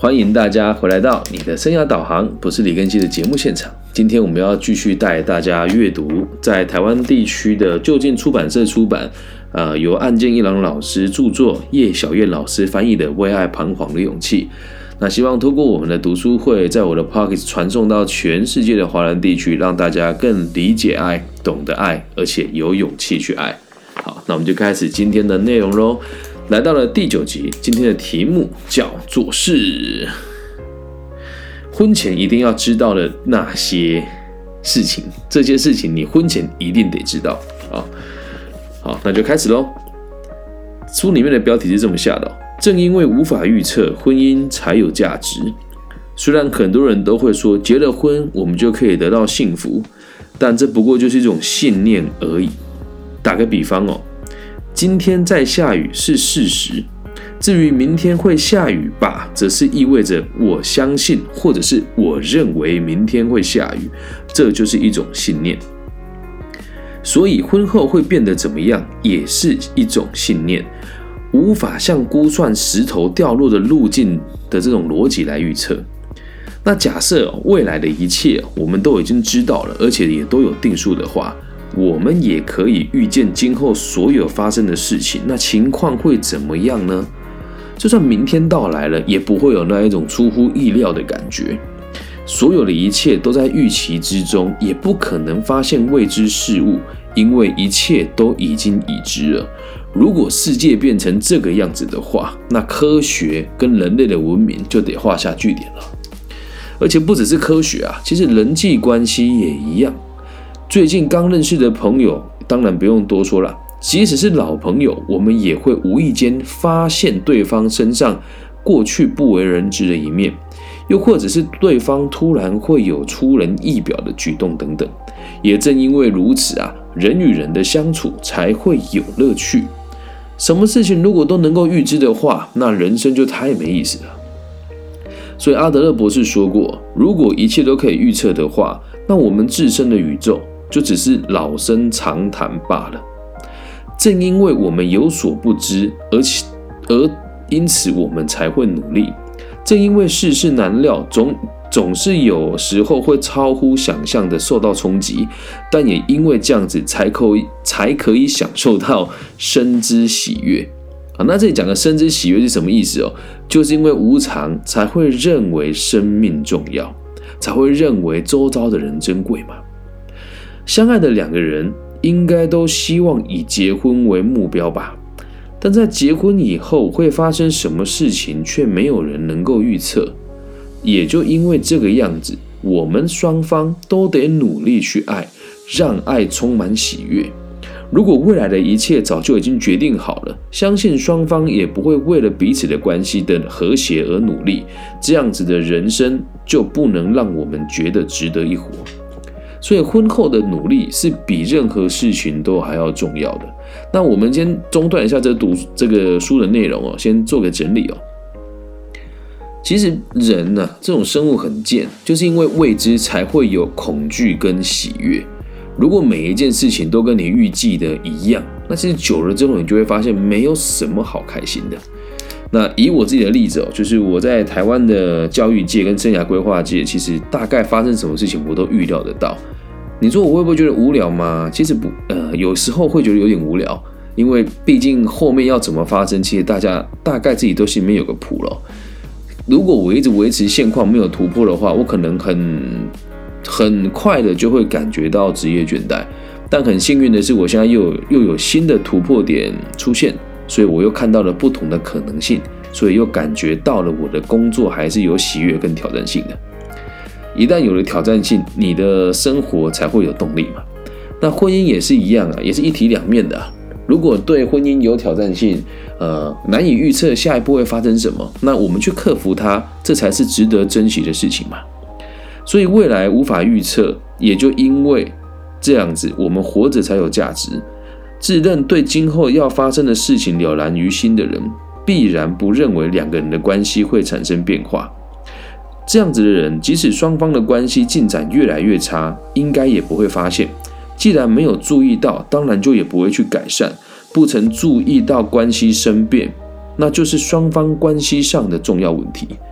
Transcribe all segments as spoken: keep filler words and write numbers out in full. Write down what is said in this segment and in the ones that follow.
欢迎大家回来到你的生涯导航，不是李根熙的节目现场。今天我们要继续带大家阅读在台湾地区的就近出版社出版，呃，由岸见一郎老师著作，叶小燕老师翻译的《为爱彷徨的勇气》。那希望透过我们的读书会，在我的 Podcast 传送到全世界的华人地区，让大家更理解爱，懂得爱，而且有勇气去爱。好，那我们就开始今天的内容咯。来到了第九集，今天的题目叫做是婚前一定要知道的那些事情，这些事情你婚前一定得知道。好，好，那就开始咯。书里面的标题是这么下的，正因为无法预测，婚姻才有价值。虽然很多人都会说结了婚我们就可以得到幸福，但这不过就是一种信念而已。打个比方哦，今天在下雨是事实，至于明天会下雨吧，则是意味着我相信或者是我认为明天会下雨，这就是一种信念。所以婚后会变得怎么样也是一种信念，无法像估算石头掉落的路径的这种逻辑来预测。那假设未来的一切我们都已经知道了，而且也都有定数的话，我们也可以预见今后所有发生的事情，那情况会怎么样呢？就算明天到来了，也不会有那一种出乎意料的感觉。所有的一切都在预期之中，也不可能发现未知事物，因为一切都已经已知了。如果世界变成这个样子的话，那科学跟人类的文明就得画下句点了。而且不只是科学啊，其实人际关系也一样。最近刚认识的朋友，当然不用多说了，即使是老朋友，我们也会无意间发现对方身上过去不为人知的一面，又或者是对方突然会有出人意表的举动等等。也正因为如此啊，人与人的相处才会有乐趣。什么事情如果都能够预知的话，那人生就太没意思了。所以阿德勒博士说过，如果一切都可以预测的话，那我们自身的宇宙就只是老生常谈罢了。正因为我们有所不知，而且而因此我们才会努力。正因为世事难料，总总是有时候会超乎想象的受到冲击，但也因为这样子才可以才可以享受到生之喜悦。好，那这里讲的生之喜悦是什么意思哦？就是因为无常，才会认为生命重要，才会认为周遭的人珍贵嘛。相爱的两个人应该都希望以结婚为目标吧，但在结婚以后会发生什么事情，却没有人能够预测。也就因为这个样子，我们双方都得努力去爱，让爱充满喜悦。如果未来的一切早就已经决定好了，相信双方也不会为了彼此的关系的和谐而努力，这样子的人生就不能让我们觉得值得一活。所以婚后的努力是比任何事情都还要重要的。那我们先中断一下这读这个书的内容哦，先做个整理哦。其实人啊，这种生物很贱，就是因为未知才会有恐惧跟喜悦。如果每一件事情都跟你预计的一样，那其实久了之后，你就会发现没有什么好开心的。那以我自己的例子哦，就是我在台湾的教育界跟生涯规划界，其实大概发生什么事情我都预料得到。你说我会不会觉得无聊吗？其实不，呃，有时候会觉得有点无聊，因为毕竟后面要怎么发生，其实大家大概自己都心里面有个谱了。如果我一直维持现况没有突破的话，我可能很很快的就会感觉到职业倦怠。但很幸运的是，我现在又有又有新的突破点出现，所以我又看到了不同的可能性，所以又感觉到了我的工作还是有喜悦跟挑战性的。一旦有了挑战性，你的生活才会有动力嘛。那婚姻也是一样啊，也是一体两面的啊。如果对婚姻有挑战性，呃，难以预测下一步会发生什么，那我们去克服它，这才是值得珍惜的事情嘛。所以未来无法预测，也就因为这样子，我们活着才有价值。自认对今后要发生的事情了然于心的人，必然不认为两个人的关系会产生变化。这样子的人，即使双方的关系进展越来越差，应该也不会发现。既然没有注意到，当然就也不会去改善。不曾注意到关系生变，那就是双方关系上的重要问题。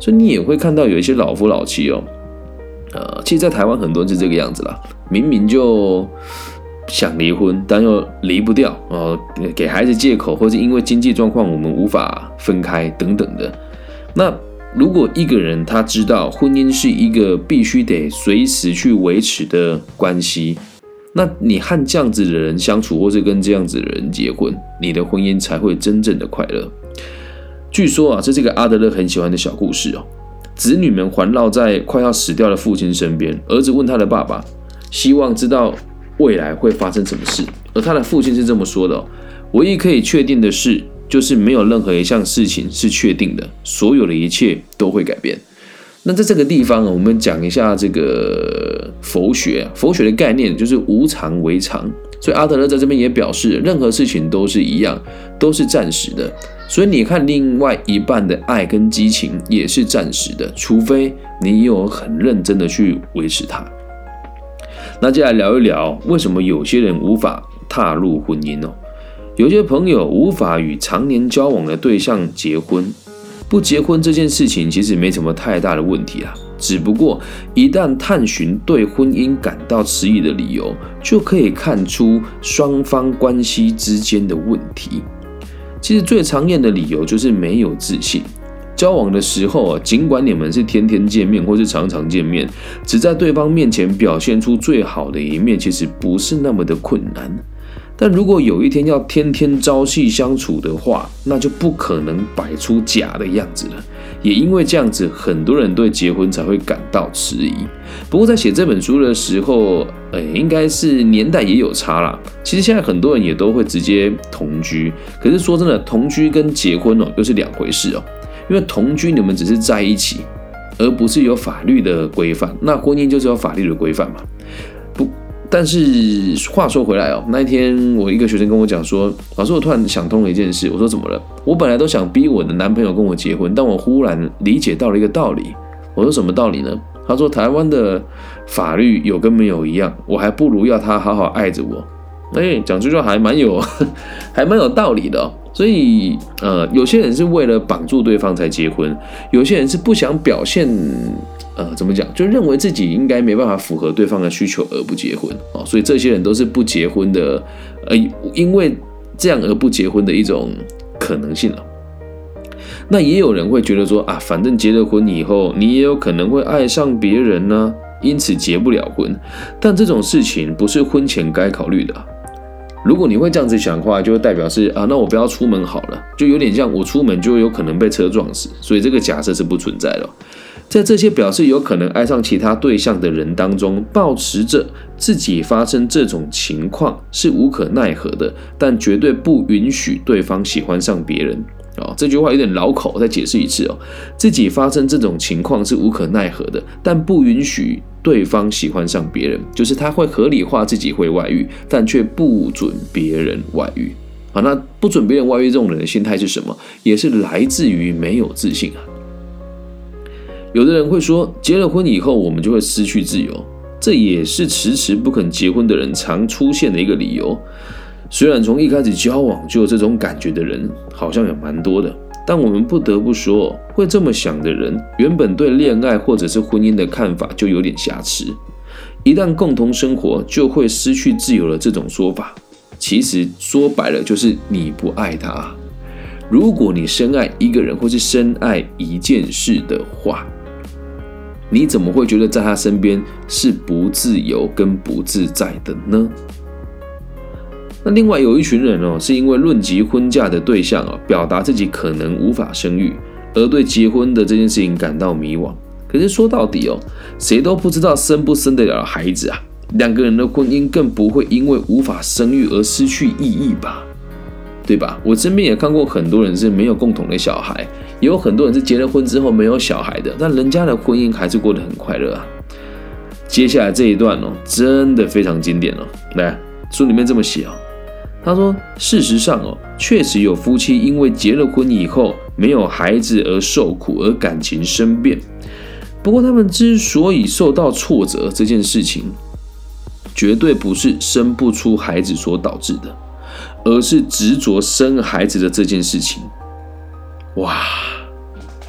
所以你也会看到有一些老夫老妻哦，呃，其实，在台湾很多人是这个样子啦，明明就想离婚，但又离不掉哦，给孩子借口，或是因为经济状况我们无法分开等等的。那如果一个人他知道婚姻是一个必须得随时去维持的关系，那你和这样子的人相处，或是跟这样子的人结婚，你的婚姻才会真正的快乐。据说啊，这是一个阿德勒很喜欢的小故事哦。子女们环绕在快要死掉的父亲身边，儿子问他的爸爸，希望知道未来会发生什么事，而他的父亲是这么说的哦：唯一可以确定的事，就是没有任何一项事情是确定的，所有的一切都会改变。那在这个地方，我们讲一下这个佛学，佛学的概念就是无常为常，所以阿德勒在这边也表示，任何事情都是一样，都是暂时的。所以你看，另外一半的爱跟激情也是暂时的，除非你有很认真的去维持它。那接下来聊一聊，为什么有些人无法踏入婚姻哦？有些朋友无法与常年交往的对象结婚，不结婚这件事情其实没什么太大的问题啦，只不过一旦探寻对婚姻感到迟疑的理由，就可以看出双方关系之间的问题。其实最常见的理由就是没有自信。交往的时候，尽管你们是天天见面或是常常见面，只在对方面前表现出最好的一面，其实不是那么的困难。但如果有一天要天天朝夕相处的话，那就不可能摆出假的样子了。也因为这样子，很多人对结婚才会感到迟疑。不过在写这本书的时候，呃，应该是年代也有差啦。其实现在很多人也都会直接同居，可是说真的，同居跟结婚哦又是两回事哦。因为同居你们只是在一起，而不是有法律的规范。那婚姻就是有法律的规范嘛。不，但是话说回来哦，那一天我一个学生跟我讲说，老师，我突然想通了一件事。我说怎么了？我本来都想逼我的男朋友跟我结婚，但我忽然理解到了一个道理。我说什么道理呢？他说台湾的法律有跟没有一样，我还不如要他好好爱着我。哎，讲这句话还蛮有，还蛮有道理的哦。所以，呃，有些人是为了绑住对方才结婚，有些人是不想表现，呃，怎么讲，就认为自己应该没办法符合对方的需求而不结婚哦。所以这些人都是不结婚的，呃，因为这样而不结婚的一种可能性了。那也有人会觉得说啊，反正结了婚以后，你也有可能会爱上别人呢、啊，因此结不了婚。但这种事情不是婚前该考虑的啊。如果你会这样子想的话，就会代表是啊，那我不要出门好了，就有点像我出门就有可能被车撞死，所以这个假设是不存在的。在这些表示有可能爱上其他对象的人当中，抱持着自己发生这种情况是无可奈何的，但绝对不允许对方喜欢上别人。哦，这句话有点绕口，我再解释一次哦。自己发生这种情况是无可奈何的，但不允许对方喜欢上别人，就是他会合理化自己会外遇，但却不准别人外遇。啊，那不准别人外遇这种人的心态是什么？也是来自于没有自信啊。有的人会说，结了婚以后我们就会失去自由，这也是迟迟不肯结婚的人常出现的一个理由。虽然从一开始交往就有这种感觉的人好像有蛮多的，但我们不得不说，会这么想的人原本对恋爱或者是婚姻的看法就有点瑕疵。一旦共同生活就会失去自由的这种说法，其实说白了就是你不爱他。如果你深爱一个人或是深爱一件事的话，你怎么会觉得在他身边是不自由跟不自在的呢？那另外有一群人哦，是因为论及婚嫁的对象哦，表达自己可能无法生育，而对结婚的这件事情感到迷惘。可是说到底哦，谁都不知道生不生得了孩子啊，两个人的婚姻更不会因为无法生育而失去意义吧？对吧？我身边也看过很多人是没有共同的小孩，也有很多人是结了婚之后没有小孩的，但人家的婚姻还是过得很快乐啊。接下来这一段哦，真的非常经典哦。来，书里面这么写哦。他说，事实上哦，确实有夫妻因为结了婚以后没有孩子而受苦，而感情生变。不过他们之所以受到挫折这件事情，绝对不是生不出孩子所导致的，而是执着生孩子的这件事情。哇，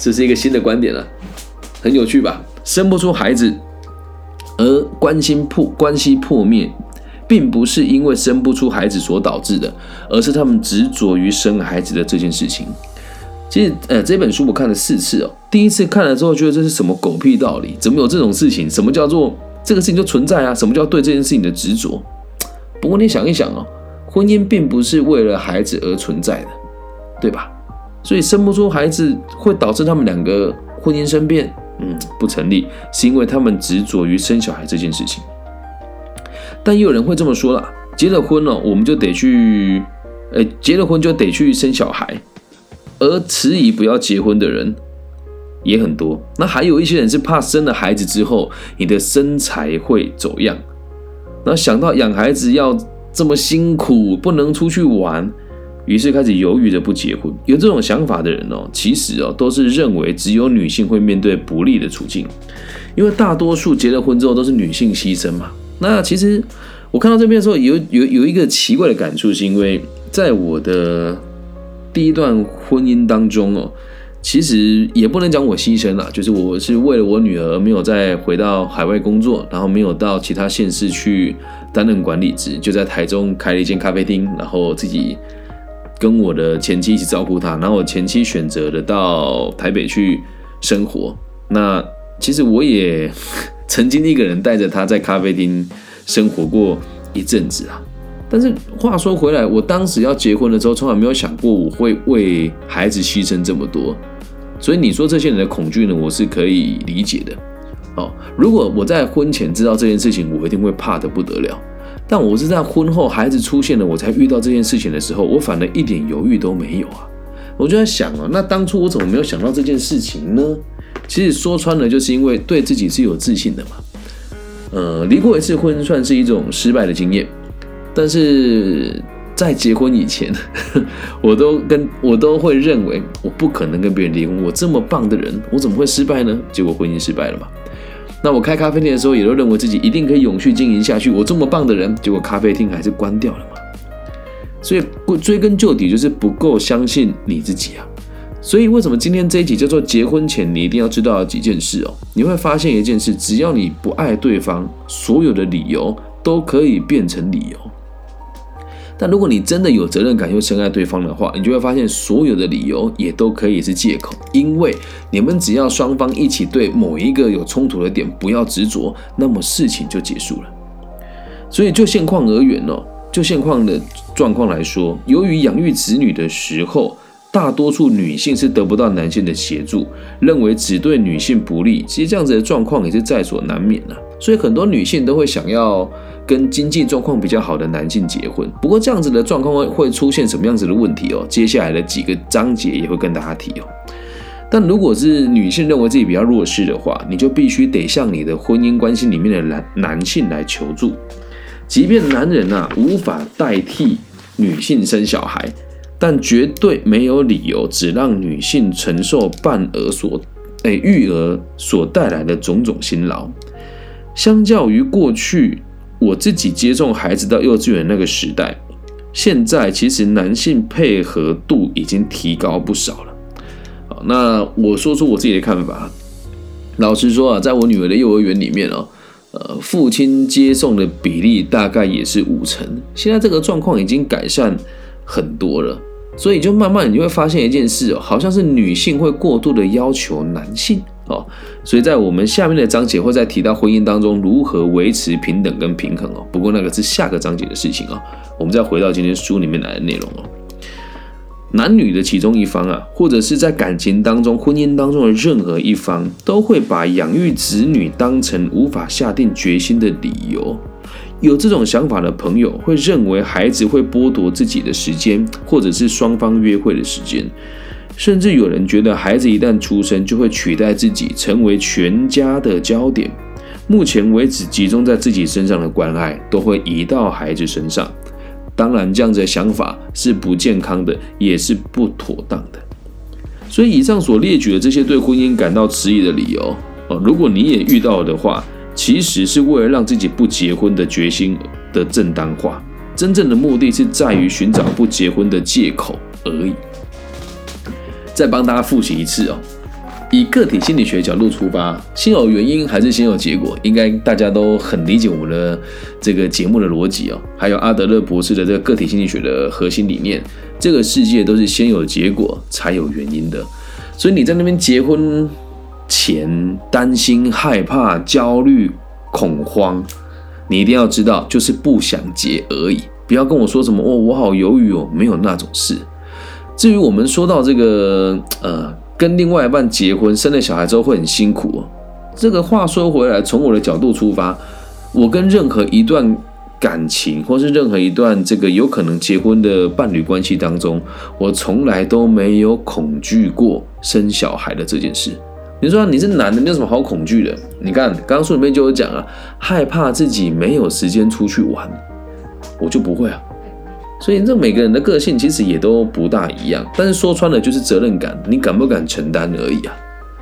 这是一个新的观点啊，很有趣吧？生不出孩子而关系破关系破灭，并不是因为生不出孩子所导致的，而是他们执着于生孩子的这件事情。其实，呃，这本书我看了四次哦。第一次看了之后，觉得这是什么狗屁道理？怎么有这种事情？什么叫做这个事情就存在啊？什么叫对这件事情的执着？不过你想一想哦，婚姻并不是为了孩子而存在的，对吧？所以生不出孩子会导致他们两个婚姻生变，嗯，不成立，是因为他们执着于生小孩这件事情。但也有人会这么说啦，结了婚哦，我们就得去，呃，结了婚就得去生小孩。而迟疑不要结婚的人也很多，那还有一些人是怕生了孩子之后，你的身材会走样，那想到养孩子要这么辛苦，不能出去玩，于是开始犹豫的不结婚。有这种想法的人哦，其实哦都是认为只有女性会面对不利的处境，因为大多数结了婚之后都是女性牺牲嘛。那其实我看到这边的时候有，有有一个奇怪的感触，是因为在我的第一段婚姻当中哦，其实也不能讲我牺牲啦，就是我是为了我女儿没有再回到海外工作，然后没有到其他县市去担任管理职，就在台中开了一间咖啡厅，然后自己跟我的前妻一起照顾她，然后我前妻选择了到台北去生活。那其实我也曾经一个人带着她在咖啡厅生活过一阵子啊。但是话说回来，我当时要结婚的时候，从来没有想过我会为孩子牺牲这么多。所以你说这些人的恐惧呢，我是可以理解的。哦，如果我在婚前知道这件事情，我一定会怕得不得了。但我是在婚后孩子出现了，我才遇到这件事情的时候，我反而一点犹豫都没有啊。我就在想哦，那当初我怎么没有想到这件事情呢？其实说穿了，就是因为对自己是有自信的嘛。呃，离过一次婚算是一种失败的经验。但是在结婚以前，我都跟我都会认为我不可能跟别人离婚。我这么棒的人，我怎么会失败呢？结果婚姻失败了嘛。那我开咖啡店的时候，也都认为自己一定可以永续经营下去。我这么棒的人，结果咖啡厅还是关掉了嘛。所以追根究底，就是不够相信你自己啊。所以为什么今天这一集叫做结婚前你一定要知道的几件事哦？你会发现一件事，只要你不爱对方，所有的理由都可以变成理由。但如果你真的有责任感又深爱对方的话，你就会发现所有的理由也都可以是借口，因为你们只要双方一起对某一个有冲突的点不要执着，那么事情就结束了。所以就现况而言哦，就现况的状况来说，由于养育子女的时候，大多数女性是得不到男性的协助，认为只对女性不利，其实这样子的状况也是在所难免啊。所以很多女性都会想要跟经济状况比较好的男性结婚。不过这样子的状况会出现什么样子的问题哦？接下来的几个章节也会跟大家提哦。但如果是女性认为自己比较弱势的话，你就必须得向你的婚姻关系里面的男男性来求助。即便男人啊无法代替女性生小孩，但绝对没有理由只让女性承受伴儿所、欸、育儿所带来的种种辛劳。相较于过去我自己接送孩子到幼稚园那个时代，现在其实男性配合度已经提高不少了。好，那我说出我自己的看法。老实说啊，在我女儿的幼儿园里面哦，呃，父亲接送的比例大概也是五成。现在这个状况已经改善很多了。所以就慢慢你就会发现一件事哦，好像是女性会过度的要求男性哦，所以在我们下面的章节会再提到婚姻当中如何维持平等跟平衡哦。不过那个是下个章节的事情哦，我们再回到今天书里面来的内容哦。男女的其中一方啊，或者是在感情当中、婚姻当中的任何一方，都会把养育子女当成无法下定决心的理由。有这种想法的朋友会认为孩子会剥夺自己的时间，或者是双方约会的时间，甚至有人觉得孩子一旦出生就会取代自己，成为全家的焦点。目前为止集中在自己身上的关爱都会移到孩子身上。当然这样子的想法是不健康的，也是不妥当的。所以以上所列举的这些对婚姻感到迟疑的理由，如果你也遇到的话，其实是为了让自己不结婚的决心的正当化，真正的目的是在于寻找不结婚的借口而已。再帮大家复习一次哦， 以个体心理学角度出发，先有原因还是先有结果，应该大家都很理解我们的这个节目的逻辑哦。还有阿德勒博士的这个个体心理学的核心理念，这个世界都是先有结果才有原因的。所以你在那边结婚前担心、害怕、焦虑、恐慌，你一定要知道，就是不想结而已。不要跟我说什么哦，我好犹豫哦，没有那种事。至于我们说到这个呃。跟另外一半结婚，生了小孩之后会很辛苦哦。这个话说回来，从我的角度出发，我跟任何一段感情，或是任何一段这个有可能结婚的伴侣关系当中，我从来都没有恐惧过生小孩的这件事。你说你是男的，你有什么好恐惧的？你看刚刚书里面就有讲啊，害怕自己没有时间出去玩，我就不会啊。所以这每个人的个性其实也都不大一样，但是说穿了就是责任感，你敢不敢承担而已啊。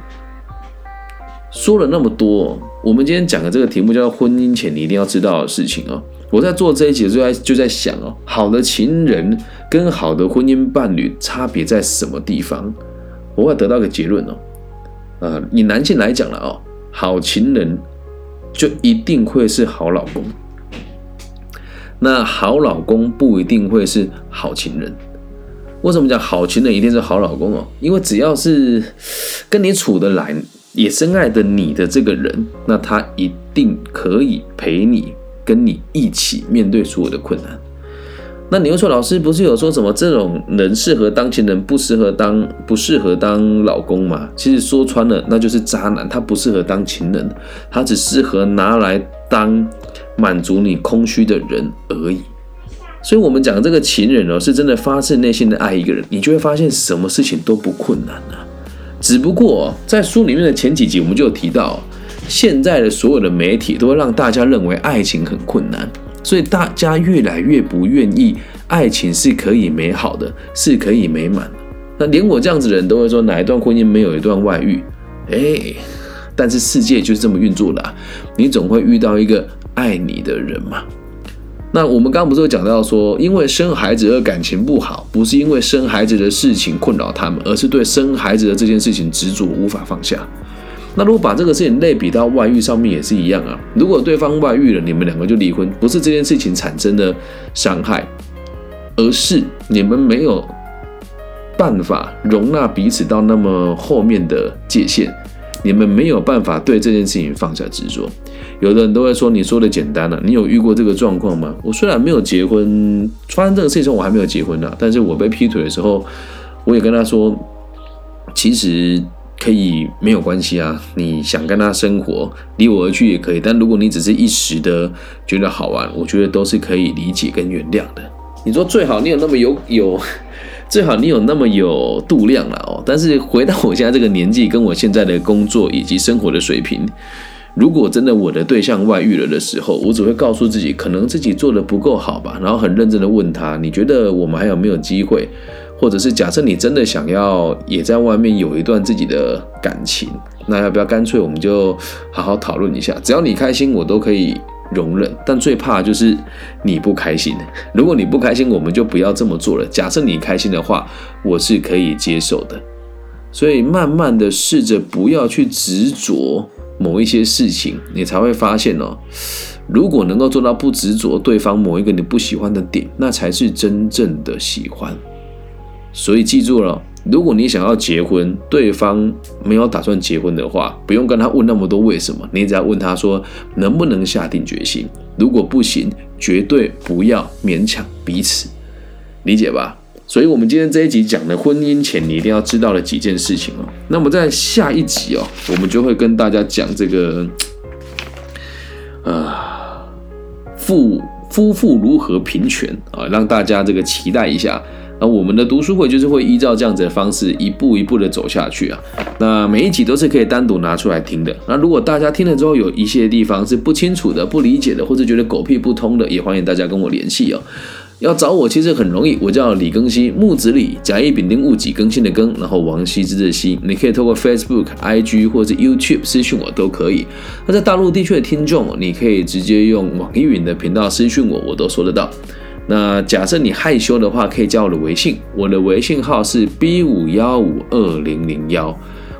说了那么多，我们今天讲的这个题目叫做婚姻前你一定要知道的事情哦。我在做这一集就在就在想哦，好的情人跟好的婚姻伴侣差别在什么地方？我会得到一个结论哦。呃，以男性来讲了哦，好情人就一定会是好老公。那好老公不一定会是好情人。为什么讲好情人一定是好老公哦？因为只要是跟你处得来，也深爱的你的这个人，那他一定可以陪你，跟你一起面对所有的困难。那你又说，老师不是有说什么这种人适合当情人，不适合当不适合当老公吗？其实说穿了，那就是渣男，他不适合当情人，他只适合拿来当满足你空虚的人而已。所以我们讲这个情人哦，是真的发自内心的爱一个人，你就会发现什么事情都不困难啊。只不过在书里面的前几集我们就有提到，现在的所有的媒体都会让大家认为爱情很困难，所以大家越来越不愿意爱情是可以美好的，是可以美满的。那连我这样子的人都会说，哪一段婚姻没有一段外遇？哎，但是世界就是这么运作的啊，你总会遇到一个爱你的人嘛。那我们刚刚不是有讲到说，因为生孩子而感情不好，不是因为生孩子的事情困扰他们，而是对生孩子的这件事情执着无法放下。那如果把这个事情类比到外遇上面也是一样啊，如果对方外遇了，你们两个就离婚，不是这件事情产生的伤害，而是你们没有办法容纳彼此到那么后面的界限，你们没有办法对这件事情放下执着。有的人都会说，你说的简单啊，你有遇过这个状况吗？我虽然没有结婚，发生这个事情我还没有结婚啊，但是我被劈腿的时候，我也跟他说，其实可以没有关系啊，你想跟他生活，离我而去也可以，但如果你只是一时的觉得好玩，我觉得都是可以理解跟原谅的。你说最好你有那么有有，最好你有那么有度量啦哦。但是回到我现在这个年纪，跟我现在的工作以及生活的水平，如果真的我的对象外遇了的时候，我只会告诉自己，可能自己做的不够好吧，然后很认真的问他，你觉得我们还有没有机会？或者是假设你真的想要也在外面有一段自己的感情，那要不要干脆我们就好好讨论一下？只要你开心，我都可以容忍。但最怕就是你不开心。如果你不开心，我们就不要这么做了。假设你开心的话，我是可以接受的。所以慢慢的试着不要去执着某一些事情，你才会发现哦，如果能够做到不执着对方某一个你不喜欢的点，那才是真正的喜欢。所以记住了，如果你想要结婚，对方没有打算结婚的话，不用跟他问那么多为什么，你只要问他说能不能下定决心。如果不行，绝对不要勉强彼此，理解吧？所以我们今天这一集讲的婚姻前你一定要知道的几件事情哦。那么在下一集哦，我们就会跟大家讲这个，呃，夫夫妇如何平权啊，让大家这个期待一下。那我们的读书会就是会依照这样子的方式一步一步的走下去啊。那每一集都是可以单独拿出来听的。那如果大家听了之后有一些地方是不清楚的、不理解的，或者觉得狗屁不通的，也欢迎大家跟我联系哦。要找我其实很容易，我叫李庚希，木子李，甲乙丙丁戊己更新的更，然后王羲之的羲。你可以透过 Facebook、I G 或者是 YouTube 私讯我都可以。那在大陆地区的听众，你可以直接用网易云的频道私讯我，我都说得到。那假设你害羞的话，可以加我的微信，我的微信号是 B 五一五二零零一。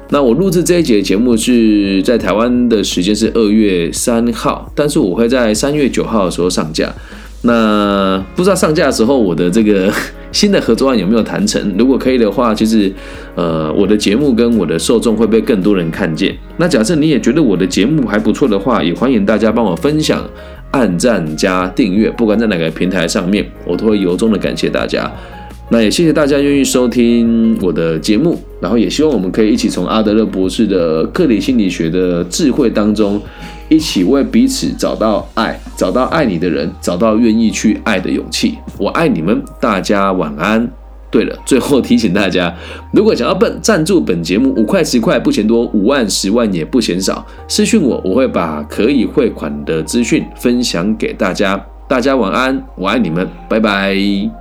那我录制这一节节目是在台湾的时间是二月三号，但是我会在三月九号的时候上架。那不知道上架的时候我的这个新的合作案有没有谈成？如果可以的话，其实呃我的节目跟我的受众会被更多人看见。那假设你也觉得我的节目还不错的话，也欢迎大家帮我分享、按赞加订阅，不管在哪个平台上面，我都会由衷的感谢大家。那也谢谢大家愿意收听我的节目，然后也希望我们可以一起从阿德勒博士的个体心理学的智慧当中，一起为彼此找到爱，找到爱你的人，找到愿意去爱的勇气。我爱你们，大家晚安。对了，最后提醒大家，如果想要本赞助本节目，五块十块不嫌多，五万十万也不嫌少，私讯我，我会把可以汇款的资讯分享给大家。大家晚安，我爱你们，拜拜。